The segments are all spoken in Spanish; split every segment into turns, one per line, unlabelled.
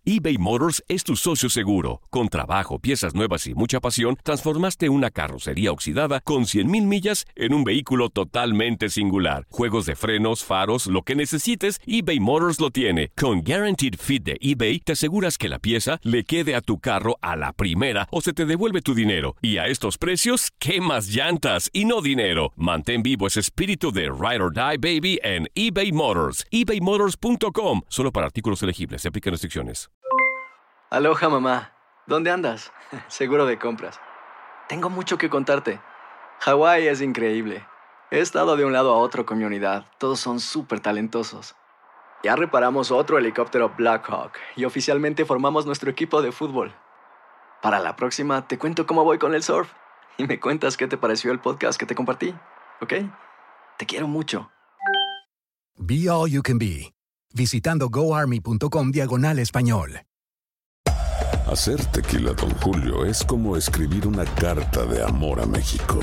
eBay Motors es tu socio seguro. Con trabajo, piezas nuevas y mucha pasión, transformaste una carrocería oxidada con 100,000 millas en un vehículo totalmente singular. Juegos de frenos, faros, lo que necesites, eBay Motors lo tiene. Con Guaranteed Fit de eBay, te aseguras que la pieza le quede a tu carro a la primera o se te devuelve tu dinero. Y a estos precios, ¿qué más llantas y no dinero? Mantén vivo ese espíritu de Ride or Die, baby, en eBay Motors. ebaymotors.com. Solo para artículos elegibles. Se aplican restricciones.
Aloha, mamá. ¿Dónde andas? Seguro de compras. Tengo mucho que contarte. Hawái es increíble. He estado de un lado a otro con mi unidad. Todos son súper talentosos. Ya reparamos otro helicóptero Blackhawk y oficialmente formamos nuestro equipo de fútbol. Para la próxima te cuento cómo voy con el surf y me cuentas qué te pareció el podcast que te compartí, ¿ok? Te quiero mucho.
Be All You Can Be, visitando goarmy.com/español.
Hacer tequila Don Julio es como escribir una carta de amor a México.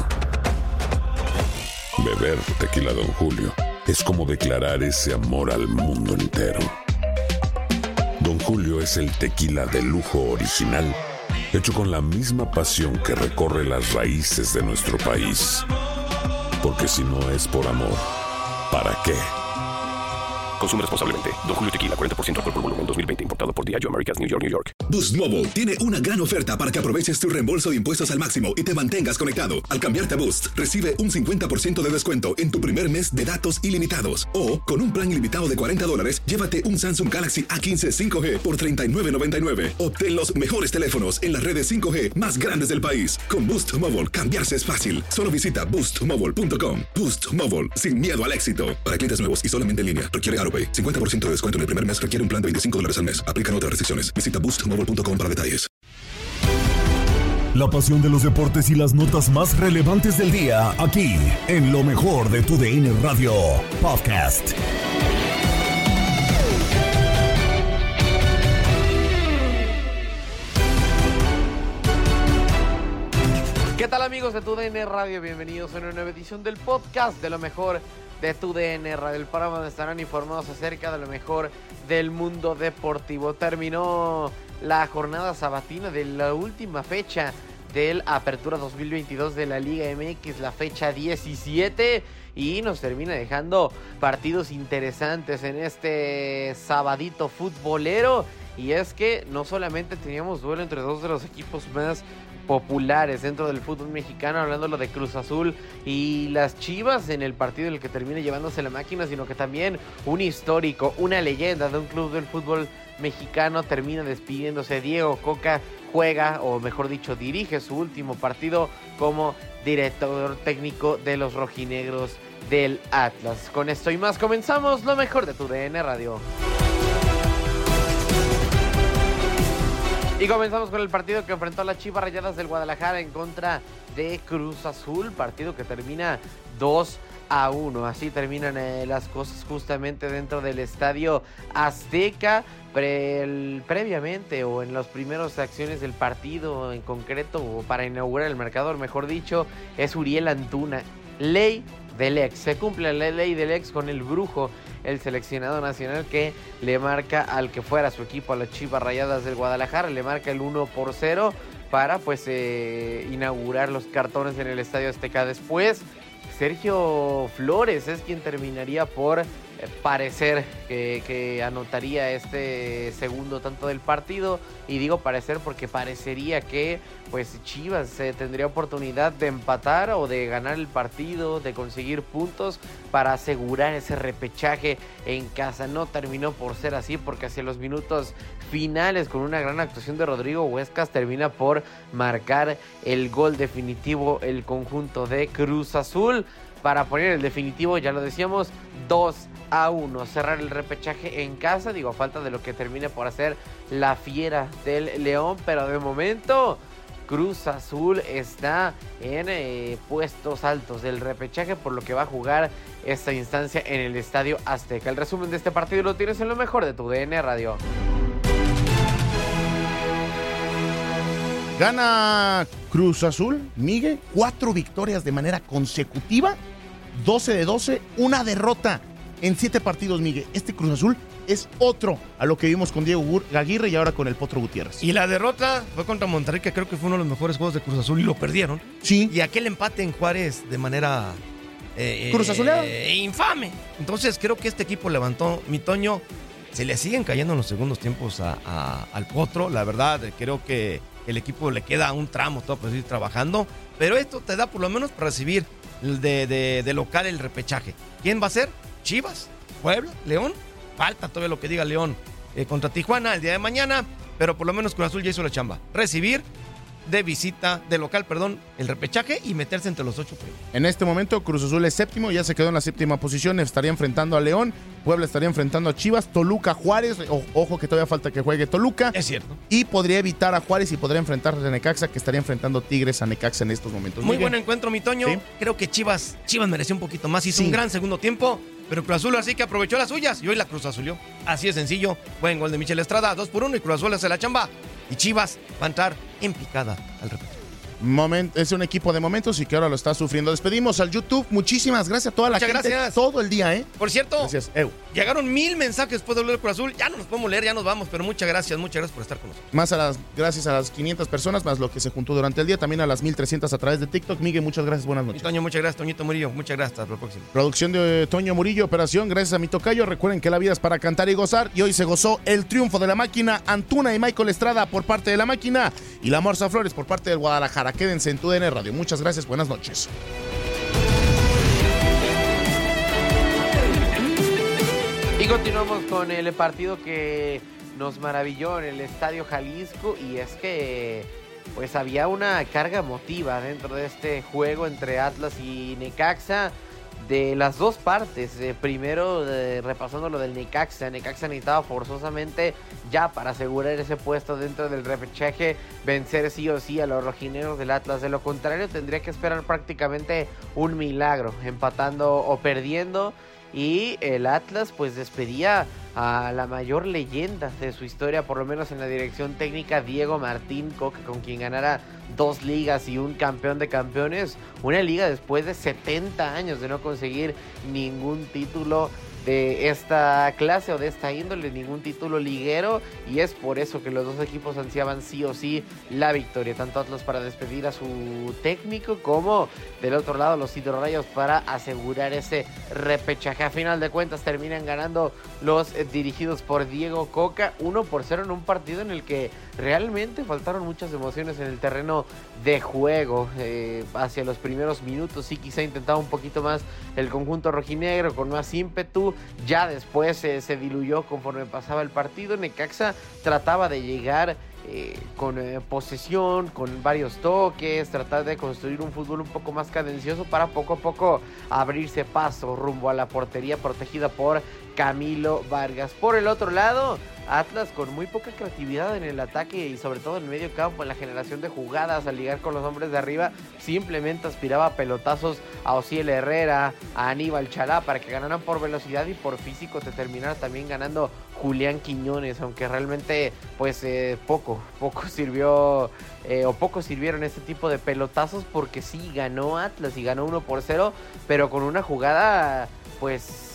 Beber tequila Don Julio es como declarar ese amor al mundo entero. Don Julio es el tequila de lujo original, hecho con la misma pasión que recorre las raíces de nuestro país. Porque si no es por amor, ¿para qué?
Consume responsablemente. Don Julio Tequila, 40% alcohol por volumen, 2020. Importado por Diageo Americas, New York, New York.
Boost Mobile tiene una gran oferta para que aproveches tu reembolso de impuestos al máximo y te mantengas conectado. Al cambiarte a Boost, recibe un 50% de descuento en tu primer mes de datos ilimitados. O, con un plan ilimitado de $40, llévate un Samsung Galaxy A15 5G por $39.99. Obtén los mejores teléfonos en las redes 5G más grandes del país. Con Boost Mobile, cambiarse es fácil. Solo visita boostmobile.com. Boost Mobile, sin miedo al éxito. Para clientes nuevos y solamente en línea, requiere AroPay. 50% de descuento en el primer mes requiere un plan de $25 al mes. Aplican otras restricciones. Visita boostmobile.com para detalles.
La pasión de los deportes y las notas más relevantes del día, aquí, en lo mejor de TUDN Radio Podcast.
¿Qué tal, amigos de TUDN Radio? Bienvenidos a una nueva edición del podcast de lo mejor de TUDN Radio, el programa donde estarán informados acerca de lo mejor del mundo deportivo. Terminó la jornada sabatina de la última fecha del Apertura 2022 de la Liga MX, la fecha 17, y nos termina dejando partidos interesantes en este sabadito futbolero. Y es que no solamente teníamos duelo entre dos de los equipos más populares dentro del fútbol mexicano, hablándolo de Cruz Azul y las Chivas en el partido en el que termina llevándose la máquina, sino que también un histórico, una leyenda de un club del fútbol mexicano termina despidiéndose. Diego Coca juega, o mejor dicho, dirige su último partido como director técnico de los rojinegros del Atlas. Con esto y más comenzamos lo mejor de TUDN Radio. Y comenzamos con el partido que enfrentó a las Chivas Rayadas del Guadalajara en contra de Cruz Azul, partido que termina 2-1. Así terminan las cosas justamente dentro del Estadio Azteca. Previamente, o en las primeras acciones del partido en concreto, o para inaugurar el marcador, mejor dicho, es Uriel Antuna. Ley del ex, se cumple la ley del ex con el Brujo, el seleccionado nacional, que le marca al que fuera su equipo, a las Chivas Rayadas del Guadalajara, le marca el 1-0 para pues inaugurar los cartones en el Estadio Azteca. Después Sergio Flores es quien terminaría por parecer que anotaría este segundo tanto del partido, y digo parecer porque parecería que pues Chivas tendría oportunidad de empatar o de ganar el partido, de conseguir puntos para asegurar ese repechaje en casa. No terminó por ser así, porque hacia los minutos finales, con una gran actuación de Rodrigo Huescas, termina por marcar el gol definitivo el conjunto de Cruz Azul para poner el definitivo, ya lo decíamos, 2-1, cerrar el repechaje en casa, digo, a falta de lo que termine por hacer la Fiera del León, pero de momento Cruz Azul está en puestos altos del repechaje, por lo que va a jugar esta instancia en el Estadio Azteca. El resumen de este partido lo tienes en lo mejor de TUDN Radio.
Gana Cruz Azul, Miguel, 4 victorias de manera consecutiva, 12 de 12, una derrota. en 7 partidos, Miguel. Este Cruz Azul es otro a lo que vimos con Diego Aguirre y ahora con el Potro Gutiérrez.
Y la derrota fue contra Monterrey, que creo que fue uno de los mejores juegos de Cruz Azul y lo perdieron.
Sí.
Y aquel empate en Juárez de manera
Cruz Azulera.
Infame. Entonces creo que este equipo levantó, mi Toño, se le siguen cayendo en los segundos tiempos al Potro. La verdad, creo que el equipo le queda un tramo todo para seguir trabajando, pero esto te da por lo menos para recibir de local el repechaje. ¿Quién va a ser? Chivas, Puebla, León. Falta todavía lo que diga León contra Tijuana el día de mañana, pero por lo menos Cruz Azul ya hizo la chamba. Recibir de local, el repechaje y meterse entre los 8 primeros.
En este momento Cruz Azul es séptimo, ya se quedó en la séptima posición, estaría enfrentando a León, Puebla estaría enfrentando a Chivas, Toluca, Juárez, ojo que todavía falta que juegue Toluca.
Es cierto.
Y podría evitar a Juárez y podría enfrentar a Necaxa, que estaría enfrentando Tigres a Necaxa en estos momentos.
Muy buen encuentro, mi Toño. ¿Sí? Creo que Chivas mereció un poquito más, hizo un gran segundo tiempo, pero Cruz Azul así que aprovechó las suyas y hoy la Cruz Azulió. Así de sencillo, buen gol de Michel Estrada, 2-1 y Cruz Azul hace la chamba. Y Chivas va a entrar en picada al repechaje.
Es un equipo de momentos y que ahora lo está sufriendo. Despedimos al YouTube. Muchísimas gracias a toda la gente.
Gracias.
Todo el día, ¿eh?
Por cierto,
gracias.
Llegaron 1000 mensajes después de hablar de Cruz Azul. Ya no los podemos leer, ya nos vamos, pero muchas gracias por estar con nosotros.
Gracias a las 500 personas, más lo que se juntó durante el día, también a las 1300 a través de TikTok. Miguel, muchas gracias, buenas noches.
Toño, muchas gracias, Toñito Murillo, muchas gracias, hasta la próxima.
Producción de Toño Murillo, operación, gracias a mi tocayo. Recuerden que la vida es para cantar y gozar, y hoy se gozó el triunfo de la máquina, Antuna y Michael Estrada por parte de la máquina, y la Morsa Flores por parte del Guadalajara. Quédense en tu DN Radio. Muchas gracias, buenas noches.
Y continuamos con el partido que nos maravilló en el Estadio Jalisco, y es que pues había una carga emotiva dentro de este juego entre Atlas y Necaxa de las dos partes. Primero, repasando lo del Necaxa necesitaba forzosamente, ya para asegurar ese puesto dentro del repechaje, vencer sí o sí a los rojineros del Atlas. De lo contrario, tendría que esperar prácticamente un milagro, empatando o perdiendo, y el Atlas pues despedía a la mayor leyenda de su historia, por lo menos en la dirección técnica, Diego Martín Coca, con quien ganara 2 ligas y un campeón de campeones, una liga después de 70 años de no conseguir ningún título de esta clase o de esta índole, ningún título liguero, y es por eso que los dos equipos ansiaban sí o sí la victoria, tanto Atlas para despedir a su técnico como del otro lado los hidrorrayos para asegurar ese repechaje. A final de cuentas terminan ganando los dirigidos por Diego Coca 1-0 en un partido en el que realmente faltaron muchas emociones en el terreno de juego. Hacia los primeros minutos sí quizá intentaba un poquito más el conjunto rojinegro con más ímpetu, ya después se diluyó conforme pasaba el partido. Necaxa trataba de llegar con posesión, con varios toques, tratar de construir un fútbol un poco más cadencioso para poco a poco abrirse paso rumbo a la portería protegida por Camilo Vargas. Por el otro lado, Atlas con muy poca creatividad en el ataque y sobre todo en el medio campo, en la generación de jugadas, al ligar con los hombres de arriba, simplemente aspiraba a pelotazos a Osiel Herrera, a Aníbal Chalá, para que ganaran por velocidad y por físico, te terminara también ganando Julián Quiñones, aunque realmente pues poco sirvió o poco sirvieron este tipo de pelotazos, porque sí ganó Atlas y ganó 1-0, pero con una jugada pues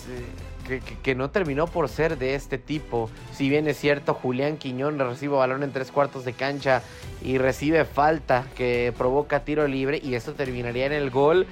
que no terminó por ser de este tipo. Si bien es cierto, Julián Quiñones recibe balón en 3/4 de cancha y recibe falta que provoca tiro libre, y esto terminaría en el gol,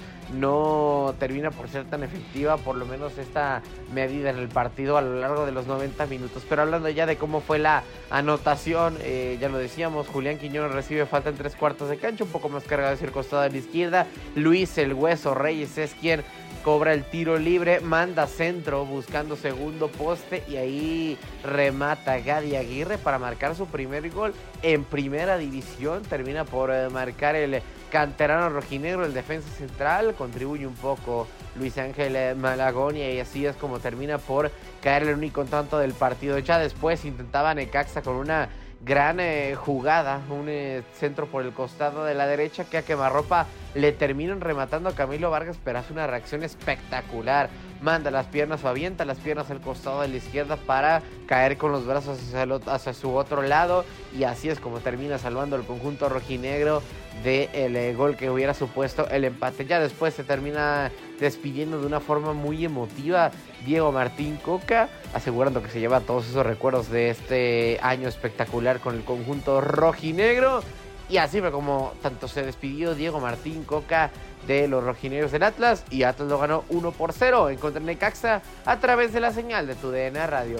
no termina por ser tan efectiva, por lo menos esta medida en el partido a lo largo de los 90 minutos. Pero hablando ya de cómo fue la anotación, ya lo decíamos, Julián Quiñones recibe falta en 3/4 de cancha, un poco más cargado hacia el costado de la izquierda. Luis el Hueso Reyes es quien cobra el tiro libre, manda centro buscando segundo poste, y ahí remata Gadi Aguirre para marcar su primer gol en primera división. Termina por marcar el canterano rojinegro, el defensa central. Contribuye un poco Luis Ángel Malagonia, y así es como termina por caer el único tanto del partido. Ya después intentaba Necaxa con una gran jugada, un centro por el costado de la derecha que a quemarropa le terminan rematando a Camilo Vargas, pero hace una reacción espectacular. Manda las piernas o avienta las piernas al costado de la izquierda para caer con los brazos hacia su otro lado, y así es como termina salvando el conjunto rojinegro del gol que hubiera supuesto el empate. Ya después se termina despidiendo de una forma muy emotiva Diego Martín Coca, asegurando que se lleva todos esos recuerdos de este año espectacular con el conjunto rojinegro. Y así fue como tanto se despidió Diego Martín Coca de los rojinegros del Atlas, y Atlas lo ganó 1-0 en contra de Necaxa a través de la señal de TUDN Radio.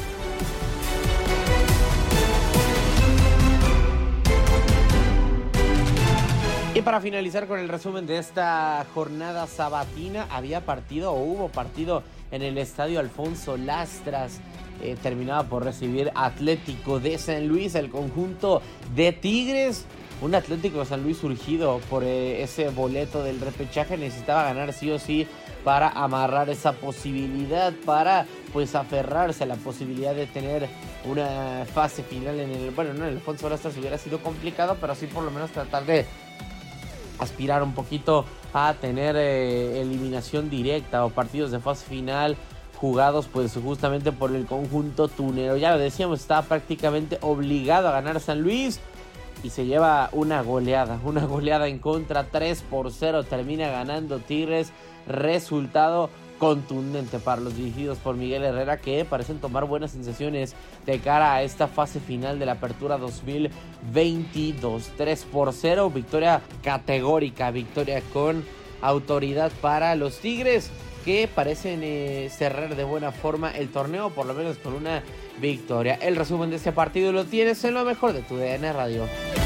Y para finalizar con el resumen de esta jornada sabatina, hubo partido en el estadio Alfonso Lastras. Terminaba por recibir Atlético de San Luis, el conjunto de Tigres. Un Atlético de San Luis surgido por ese boleto del repechaje, necesitaba ganar sí o sí para amarrar esa posibilidad, para pues aferrarse a la posibilidad de tener una fase final en el Alfonso Lastras hubiera sido complicado, pero sí por lo menos tratar de aspirar un poquito a tener eliminación directa o partidos de fase final jugados pues justamente por el conjunto tunero. Ya lo decíamos, estaba prácticamente obligado a ganar San Luis y se lleva una goleada en contra, 3-0 termina ganando Tigres, resultado contundente para los dirigidos por Miguel Herrera, que parecen tomar buenas sensaciones de cara a esta fase final de la Apertura 2022. 3-0, victoria categórica, victoria con autoridad para los Tigres, que parecen cerrar de buena forma el torneo, por lo menos con una victoria. El resumen de este partido lo tienes en lo mejor de TUDN Radio.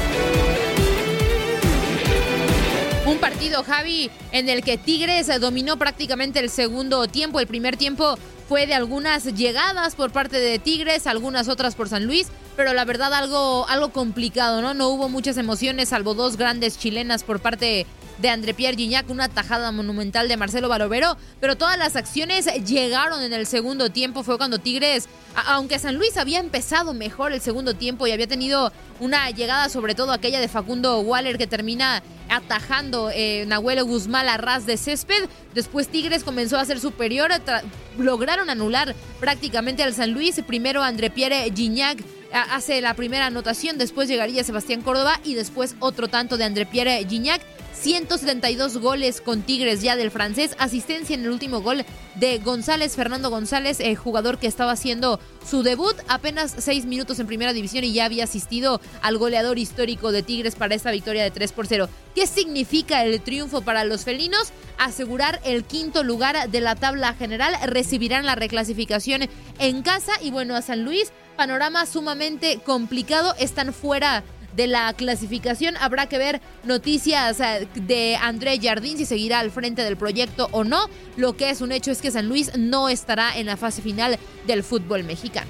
Un partido, Javi, en el que Tigres dominó prácticamente el segundo tiempo. El primer tiempo fue de algunas llegadas por parte de Tigres, algunas otras por San Luis, pero la verdad algo complicado, ¿no? No hubo muchas emociones, salvo dos grandes chilenas por parte de André Pierre Gignac, una tajada monumental de Marcelo Barovero, pero todas las acciones llegaron en el segundo tiempo. Fue cuando Tigres, aunque San Luis había empezado mejor el segundo tiempo y había tenido una llegada, sobre todo aquella de Facundo Waller, que termina atajando Nahuel Guzmán a ras de césped. Después Tigres comenzó a ser superior, lograron anular prácticamente al San Luis. Primero André Pierre Gignac hace la primera anotación, después llegaría Sebastián Córdoba y después otro tanto de André Pierre Gignac. 172 goles con Tigres ya del francés, asistencia en el último gol de Fernando González, jugador que estaba haciendo su debut, apenas 6 minutos en primera división y ya había asistido al goleador histórico de Tigres para esta victoria de 3-0. ¿Qué significa el triunfo para los felinos? Asegurar el quinto lugar de la tabla general, recibirán la reclasificación en casa y bueno, a San Luis, panorama sumamente complicado, están fuera de la clasificación. Habrá que ver noticias de André Jardín, si seguirá al frente del proyecto o no. Lo que es un hecho es que San Luis no estará en la fase final del fútbol mexicano.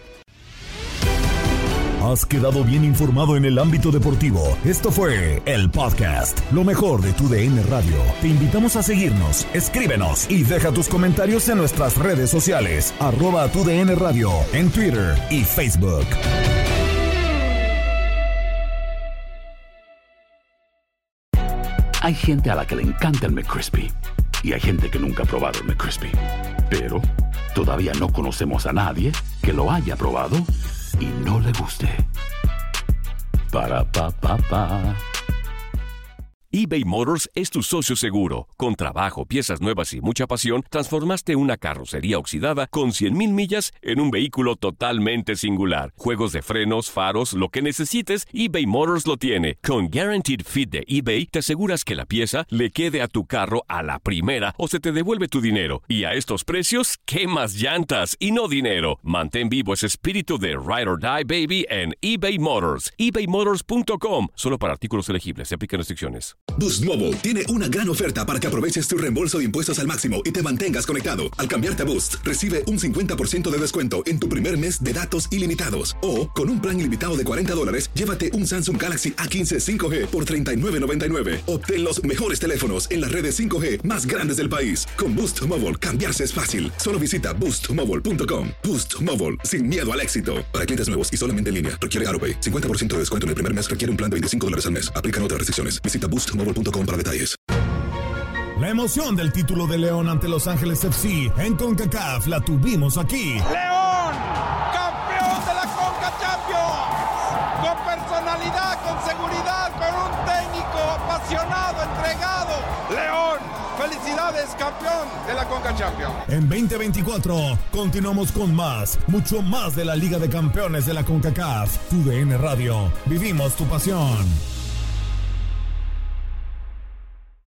Has quedado bien informado en el ámbito deportivo. Esto fue el podcast, lo mejor de TUDN Radio. Te invitamos a seguirnos, escríbenos y deja tus comentarios en nuestras redes sociales, @TUDN Radio, en Twitter y Facebook.
Hay gente a la que le encanta el McCrispy y hay gente que nunca ha probado el McCrispy. Pero todavía no conocemos a nadie que lo haya probado y no le guste. Para pa pa pa.
eBay Motors es tu socio seguro. Con trabajo, piezas nuevas y mucha pasión, transformaste una carrocería oxidada con 100,000 millas en un vehículo totalmente singular. Juegos de frenos, faros, lo que necesites, eBay Motors lo tiene. Con Guaranteed Fit de eBay, te aseguras que la pieza le quede a tu carro a la primera o se te devuelve tu dinero. Y a estos precios, ¿qué más llantas y no dinero? Mantén vivo ese espíritu de Ride or Die, baby, en eBay Motors. ebaymotors.com. Solo para artículos elegibles. Se aplican restricciones.
Boost Mobile tiene una gran oferta para que aproveches tu reembolso de impuestos al máximo y te mantengas conectado. Al cambiarte a Boost, recibe un 50% de descuento en tu primer mes de datos ilimitados. O, con un plan ilimitado de $40, llévate un Samsung Galaxy A15 5G por $39.99. Obtén los mejores teléfonos en las redes 5G más grandes del país. Con Boost Mobile, cambiarse es fácil. Solo visita boostmobile.com. Boost Mobile, sin miedo al éxito. Para clientes nuevos y solamente en línea, requiere AutoPay. 50% de descuento en el primer mes requiere un plan de $25 al mes. Aplican otras restricciones. Visita Boost boostmobile.com para detalles.
La emoción del título de León ante Los Ángeles FC en CONCACAF la tuvimos aquí.
¡León! ¡Campeón de la Conca Champions! Con personalidad, con seguridad, con un técnico apasionado, entregado. ¡León! ¡Felicidades, campeón de la Conca Champions!
En 2024 continuamos con más, mucho más de la Liga de Campeones de la CONCACAF. TUDN Radio, vivimos tu pasión.